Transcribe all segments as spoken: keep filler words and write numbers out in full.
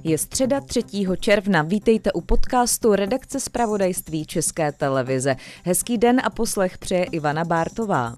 Je středa třetího června, vítejte u podcastu redakce zpravodajství České televize. Hezký den a poslech přeje Ivana Bártová.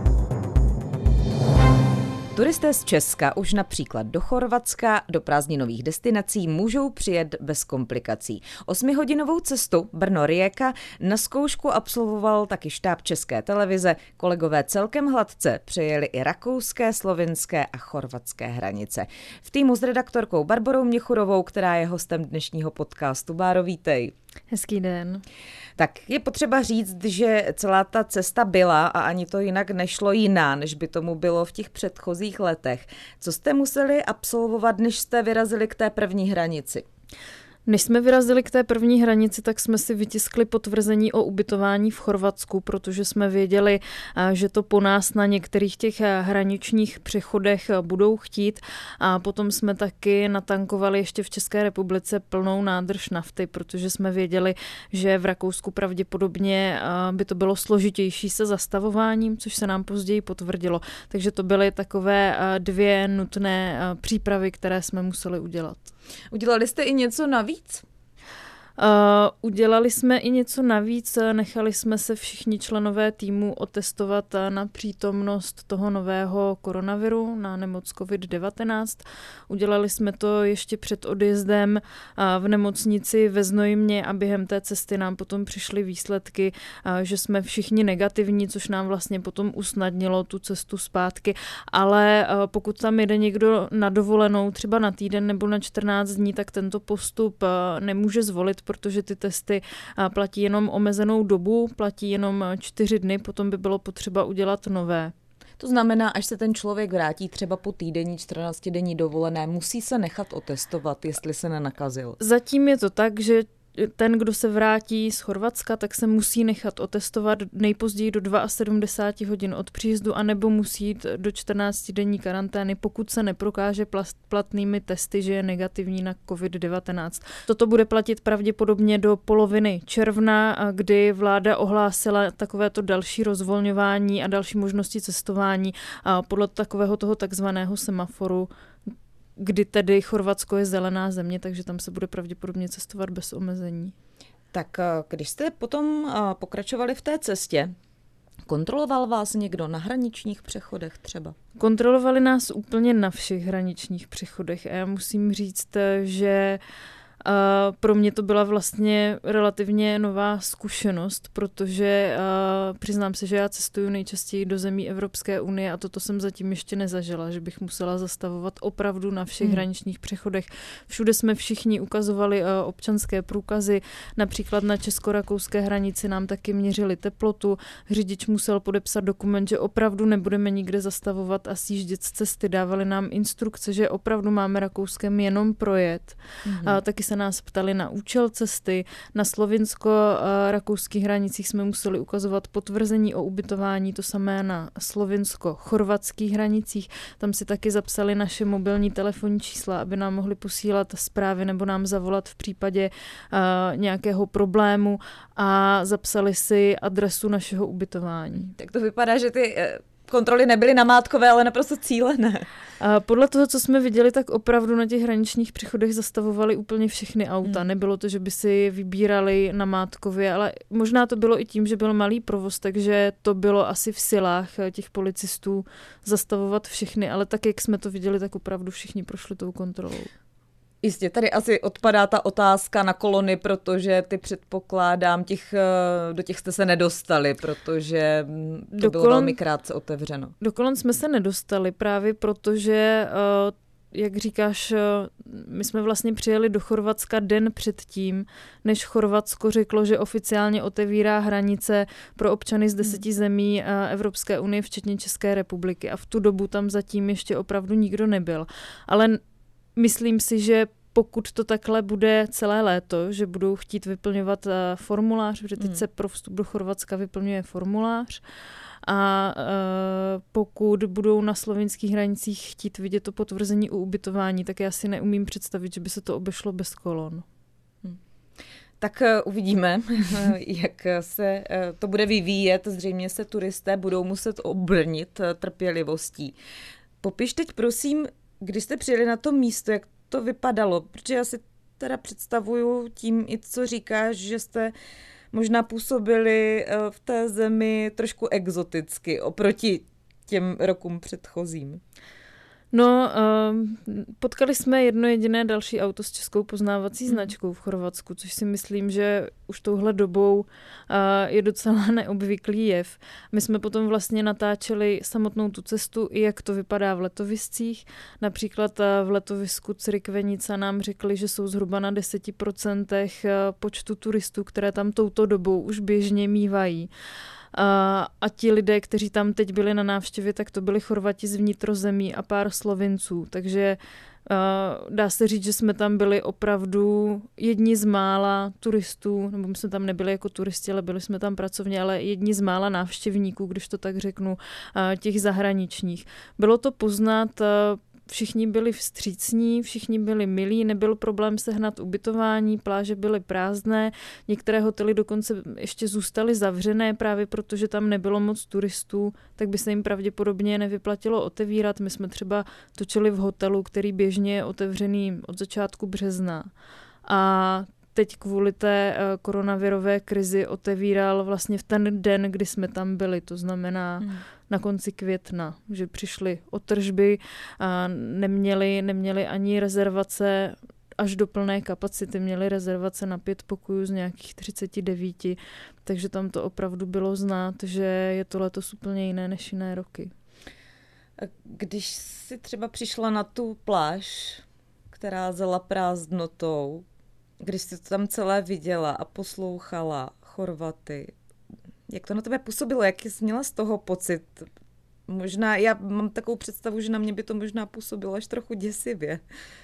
Turisté z Česka už například do Chorvatska, do prázdninových destinací můžou přijet bez komplikací. Osmihodinovou cestu Brno-Rijeka na zkoušku absolvoval taky štáb České televize. Kolegové celkem hladce přejeli i rakouské, slovinské a chorvatské hranice. V týmu s redaktorkou Barborou Měchurovou, která je hostem dnešního podcastu. Báro, vítej. Hezký den. Tak je potřeba říct, že celá ta cesta byla a ani to jinak nešlo jiná, než by tomu bylo v těch předchozích letech. Co jste museli absolvovat, než jste vyrazili k té první hranici? Než jsme vyrazili k té první hranici, tak jsme si vytiskli potvrzení o ubytování v Chorvatsku, protože jsme věděli, že to po nás na některých těch hraničních přechodech budou chtít. A potom jsme taky natankovali ještě v České republice plnou nádrž nafty, protože jsme věděli, že v Rakousku pravděpodobně by to bylo složitější se zastavováním, což se nám později potvrdilo. Takže to byly takové dvě nutné přípravy, které jsme museli udělat. Udělali jste i něco navíc? Uh, udělali jsme i něco navíc, nechali jsme se všichni členové týmu otestovat na přítomnost toho nového koronaviru, na nemoc covid devatenáct. Udělali jsme to ještě před odjezdem v nemocnici ve Znojmě a během té cesty nám potom přišly výsledky, že jsme všichni negativní, což nám vlastně potom usnadnilo tu cestu zpátky. Ale pokud tam jede někdo na dovolenou, třeba na týden nebo na čtrnáct dní, tak tento postup nemůže zvolit, protože ty testy platí jenom omezenou dobu, platí jenom čtyři dny, potom by bylo potřeba udělat nové. To znamená, až se ten člověk vrátí třeba po týdenní, čtrnáctidenní dovolené, musí se nechat otestovat, jestli se nenakazil. Zatím je to tak, že ten, kdo se vrátí z Chorvatska, tak se musí nechat otestovat nejpozději do sedmdesát dva hodin od příjezdu, anebo musí jít do čtrnáctidenní karantény, pokud se neprokáže platnými testy, že je negativní na covid devatenáct. Toto bude platit pravděpodobně do poloviny června, kdy vláda ohlásila takovéto další rozvolňování a další možnosti cestování podle takového toho takzvaného semaforu, kdy tedy Chorvatsko je zelená země, takže tam se bude pravděpodobně cestovat bez omezení. Tak když jste potom pokračovali v té cestě, kontroloval vás někdo na hraničních přechodech třeba? Kontrolovali nás úplně na všech hraničních přechodech a já musím říct, že Uh, pro mě to byla vlastně relativně nová zkušenost, protože uh, přiznám se, že já cestuju nejčastěji do zemí Evropské unie a toto jsem zatím ještě nezažila, že bych musela zastavovat opravdu na všech hmm. hraničních přechodech. Všude jsme všichni ukazovali uh, občanské průkazy, například na česko-rakouské hranici nám taky měřili teplotu, řidič musel podepsat dokument, že opravdu nebudeme nikde zastavovat a sjíždět z cesty, dávali nám instrukce, že opravdu máme Rakouskem jenom projet. Hmm. Uh, taky se nás ptali na účel cesty. Na slovinsko-rakouských hranicích jsme museli ukazovat potvrzení o ubytování, to samé na slovinsko-chorvatských hranicích. Tam si taky zapsali naše mobilní telefonní čísla, aby nám mohli posílat zprávy nebo nám zavolat v případě uh, nějakého problému a zapsali si adresu našeho ubytování. Tak to vypadá, že ty kontroly nebyly namátkové, ale naprosto cílené. A podle toho, co jsme viděli, tak opravdu na těch hraničních přechodech zastavovali úplně všechny auta. Hmm. Nebylo to, že by si vybírali namátkově, ale možná to bylo i tím, že byl malý provoz, takže to bylo asi v silách těch policistů zastavovat všechny, ale tak, jak jsme to viděli, tak opravdu všichni prošli tou kontrolou. Jistě, tady asi odpadá ta otázka na kolony, protože ty předpokládám, těch, do těch jste se nedostali, protože to do bylo kolon, velmi krátce otevřeno. Do kolon jsme se nedostali právě protože, jak říkáš, my jsme vlastně přijeli do Chorvatska den předtím, než Chorvatsko řeklo, že oficiálně otevírá hranice pro občany z deseti zemí Evropské unie, včetně České republiky. A v tu dobu tam zatím ještě opravdu nikdo nebyl. Ale myslím si, že pokud to takhle bude celé léto, že budou chtít vyplňovat formulář, protože teď se pro vstup do Chorvatska vyplňuje formulář a pokud budou na slovinských hranicích chtít vidět to potvrzení o ubytování, tak já si neumím představit, že by se to obešlo bez kolon. Tak uvidíme, jak se to bude vyvíjet. Zřejmě se turisté budou muset obrnit trpělivostí. Popiš teď prosím, když jste přijeli na to místo, jak to vypadalo? Protože já si teda představuju tím i co říkáš, že jste možná působili v té zemi trošku exoticky oproti těm rokům předchozím. No, uh, potkali jsme jedno jediné další auto s českou poznávací hmm. značkou v Chorvatsku, což si myslím, že už touhle dobou uh, je docela neobvyklý jev. My jsme potom vlastně natáčeli samotnou tu cestu, i jak to vypadá v letoviscích. Například uh, v letovisku Crikvenica nám řekli, že jsou zhruba na deset procent uh, počtu turistů, které tam touto dobou už běžně mívají. A, a ti lidé, kteří tam teď byli na návštěvě, tak to byli Chorvati z vnitrozemí a pár Slovinců. Takže uh, dá se říct, že jsme tam byli opravdu jedni z mála turistů, nebo my jsme tam nebyli jako turisti, ale byli jsme tam pracovně, ale jedni z mála návštěvníků, když to tak řeknu, uh, těch zahraničních. Bylo to poznat, uh, všichni byli vstřícní, všichni byli milí, nebyl problém sehnat ubytování, pláže byly prázdné, některé hotely dokonce ještě zůstaly zavřené právě protože tam nebylo moc turistů, tak by se jim pravděpodobně nevyplatilo otevírat. My jsme třeba točili v hotelu, který běžně je otevřený od začátku března. A teď kvůli té koronavirové krizi otevíral vlastně v ten den, kdy jsme tam byli, to znamená hmm. na konci května, že přišli o tržby a neměli, neměli ani rezervace až do plné kapacity, měli rezervace na pět pokojů z nějakých třicet devět, takže tam to opravdu bylo znát, že je to letos úplně jiné než jiné roky. Když jsi třeba přišla na tu pláž, která zela prázdnotou, když jsi to tam celé viděla a poslouchala Chorvaty, jak to na tebe působilo? Jaký jsi měla z toho pocit? Možná, já mám takovou představu, že na mě by to možná působilo až trochu děsivě.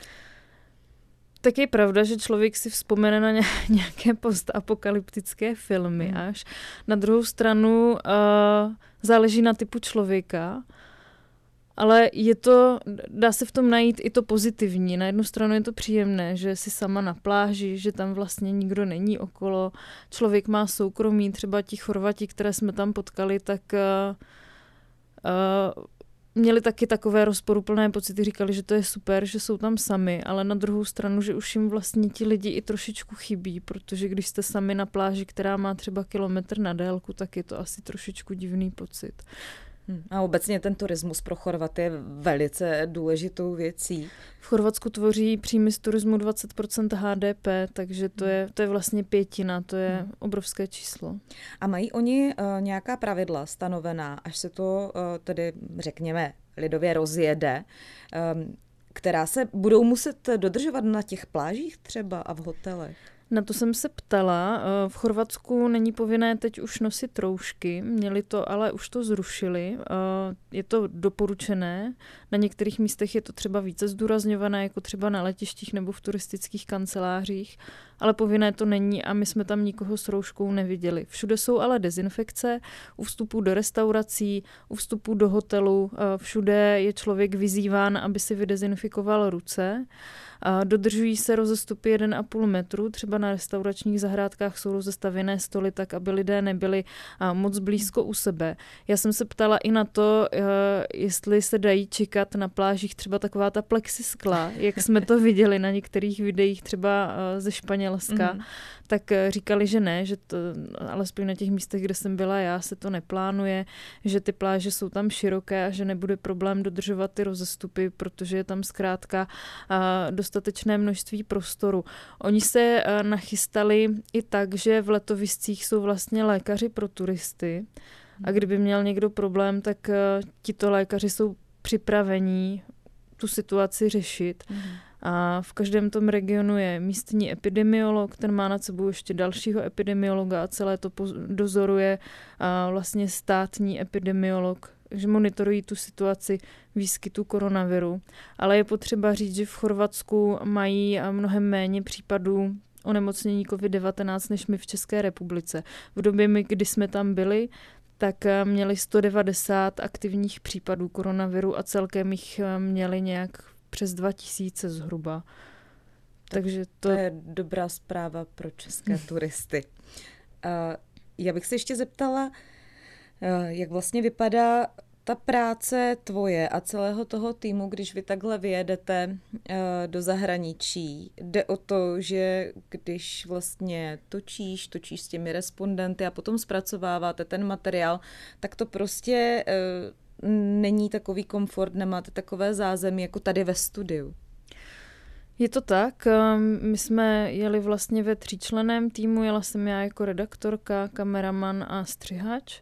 Tak je pravda, že člověk si vzpomene na nějaké postapokalyptické filmy hmm. až. Na druhou stranu uh, záleží na typu člověka, ale je to, dá se v tom najít i to pozitivní. Na jednu stranu je to příjemné, že jsi sama na pláži, že tam vlastně nikdo není okolo. Člověk má soukromí, třeba ti Chorvati, které jsme tam potkali, tak uh, uh, měli taky takové rozporuplné pocity, říkali, že to je super, že jsou tam sami, ale na druhou stranu, že už jim vlastně ti lidi i trošičku chybí, protože když jste sami na pláži, která má třeba kilometr na délku, tak je to asi trošičku divný pocit. A obecně ten turismus pro Chorvaty je velice důležitou věcí. V Chorvatsku tvoří příjmy z turismu dvacet procent H D P, takže to je, to je vlastně pětina, to je hmm. obrovské číslo. A mají oni uh, nějaká pravidla stanovená, až se to uh, tedy, řekněme, lidově rozjede, um, která se budou muset dodržovat na těch plážích třeba a v hotelech? Na to jsem se ptala. V Chorvatsku není povinné teď už nosit roušky, měli to, ale už to zrušili. Je to doporučené. Na některých místech je to třeba více zdůrazňované, jako třeba na letištích nebo v turistických kancelářích, ale povinné to není a my jsme tam nikoho s rouškou neviděli. Všude jsou ale dezinfekce, u vstupu do restaurací, u vstupu do hotelu, všude je člověk vyzýván, aby si vydezinfikoval ruce. Dodržují se rozestupy jeden a půl metru, třeba na restauračních zahrádkách jsou rozestavěné stoly tak, aby lidé nebyli moc blízko u sebe. Já jsem se ptala i na to, jestli se dají čekat na plážích třeba taková ta plexiskla, jak jsme to viděli na některých videích třeba ze Španělska, mm. tak říkali, že ne, že to, alespoň na těch místech, kde jsem byla já, se to neplánuje, že ty pláže jsou tam široké a že nebude problém dodržovat ty rozestupy, protože je tam zkrátka dostatečné množství prostoru. Oni se nachystali i tak, že v letoviscích jsou vlastně lékaři pro turisty a kdyby měl někdo problém, tak tito lékaři jsou připravení tu situaci řešit. Mm. A v každém tom regionu je místní epidemiolog, ten má nad sebou ještě dalšího epidemiologa a celé to dozoruje vlastně státní epidemiolog, že monitorují tu situaci výskytu koronaviru. Ale je potřeba říct, že v Chorvatsku mají mnohem méně případů onemocnění covid devatenáct než my v České republice. V době, kdy jsme tam byli, tak měli sto devadesát aktivních případů koronaviru a celkem jich měli nějak přes dva tisíce zhruba. Tak Takže to... to je dobrá zpráva pro české turisty. Uh, já bych se ještě zeptala, uh, jak vlastně vypadá ta práce tvoje a celého toho týmu, když vy takhle vyjedete uh, do zahraničí, jde o to, že když vlastně točíš, točíš s těmi respondenty a potom zpracováváte ten materiál, tak to prostě uh, není takový komfort, nemáte takové zázemí jako tady ve studiu. Je to tak, my jsme jeli vlastně ve tříčlenném týmu, jela jsem já jako redaktorka, kameraman a střihač.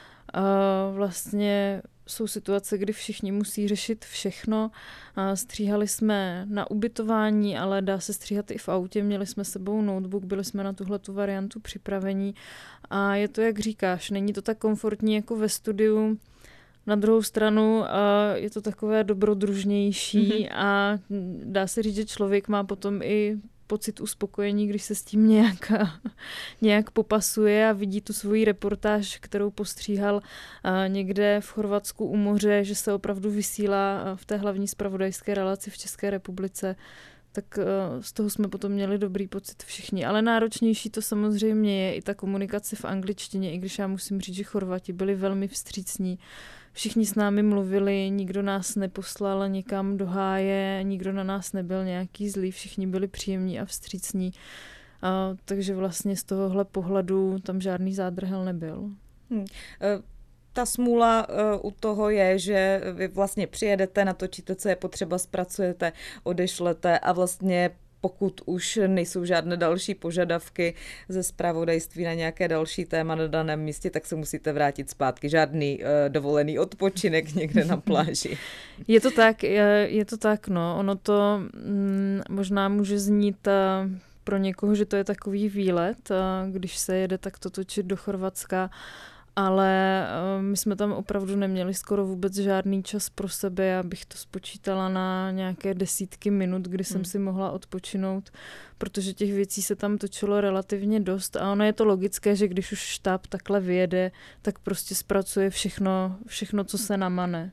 Vlastně jsou situace, kdy všichni musí řešit všechno. Stříhali jsme na ubytování, ale dá se stříhat i v autě. Měli jsme sebou notebook, byli jsme na tuhletu variantu připravení. A je to, jak říkáš, není to tak komfortní jako ve studiu. Na druhou stranu je to takové dobrodružnější mm-hmm. a dá se říct, že člověk má potom i pocit uspokojení, když se s tím nějak, nějak popasuje a vidí tu svoji reportáž, kterou postříhal někde v Chorvatsku u moře, že se opravdu vysílá v té hlavní zpravodajské relaci v České republice, tak z toho jsme potom měli dobrý pocit všichni. Ale náročnější to samozřejmě je i ta komunikace v angličtině, i když já musím říct, že Chorvati byli velmi vstřícní. Všichni s námi mluvili, nikdo nás neposlal někam do háje, nikdo na nás nebyl nějaký zlý, všichni byli příjemní a vstřícní. A, takže vlastně z tohohle pohledu tam žádný zádrhel nebyl. Hmm. Ta smůla uh, u toho je, že vy vlastně přijedete, natočíte, co je potřeba, zpracujete, odešlete a vlastně pokud už nejsou žádné další požadavky ze zpravodajství na nějaké další téma na daném místě, tak se musíte vrátit zpátky. Žádný uh, dovolený odpočinek někde na pláži. Je to tak, je, je to tak, no. Ono to mm, možná může znít uh, pro někoho, že to je takový výlet, uh, když se jede takto točit do Chorvatska, ale my jsme tam opravdu neměli skoro vůbec žádný čas pro sebe. Já bych to spočítala na nějaké desítky minut, kdy jsem hmm. si mohla odpočinout, protože těch věcí se tam točilo relativně dost a ono je to logické, že když už štáb takhle vyjede, tak prostě zpracuje všechno, všechno, co se namane.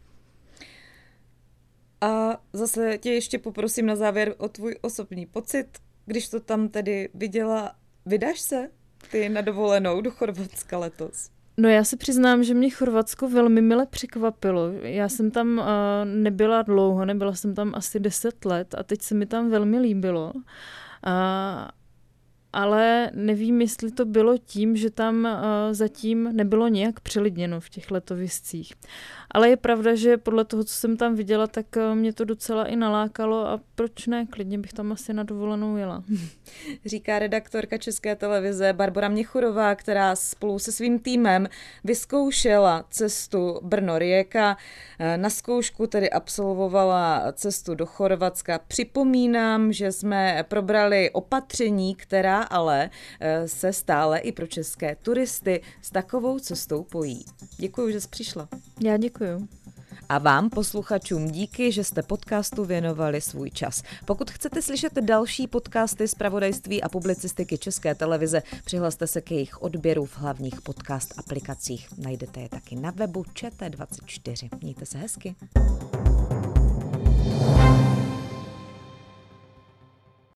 A zase tě ještě poprosím na závěr o tvůj osobní pocit, když to tam tedy viděla. Vydáš se ty na dovolenou do Chorvatska letos? No já se přiznám, že mě Chorvatsko velmi mile překvapilo. Já jsem tam uh, nebyla dlouho, nebyla jsem tam asi deset let a teď se mi tam velmi líbilo. Uh, ale nevím, jestli to bylo tím, že tam uh, zatím nebylo nějak přelidněno v těch letoviscích. Ale je pravda, že podle toho, co jsem tam viděla, tak uh, mě to docela i nalákalo a proč ne, klidně bych tam asi na dovolenou jela. Říká redaktorka České televize Barbora Měchurová, která spolu se svým týmem vyzkoušela cestu Brno-Rijeka. Na zkoušku tedy absolvovala cestu do Chorvatska. Připomínám, že jsme probrali opatření, která ale se stále i pro české turisty s takovou cestou pojí. Děkuji, že jsi přišla. Já děkuji. A vám, posluchačům, díky, že jste podcastu věnovali svůj čas. Pokud chcete slyšet další podcasty zpravodajství a publicistiky České televize, přihlaste se k jejich odběru v hlavních podcast aplikacích. Najdete je taky na webu Č T dvacet čtyři. Mějte se hezky.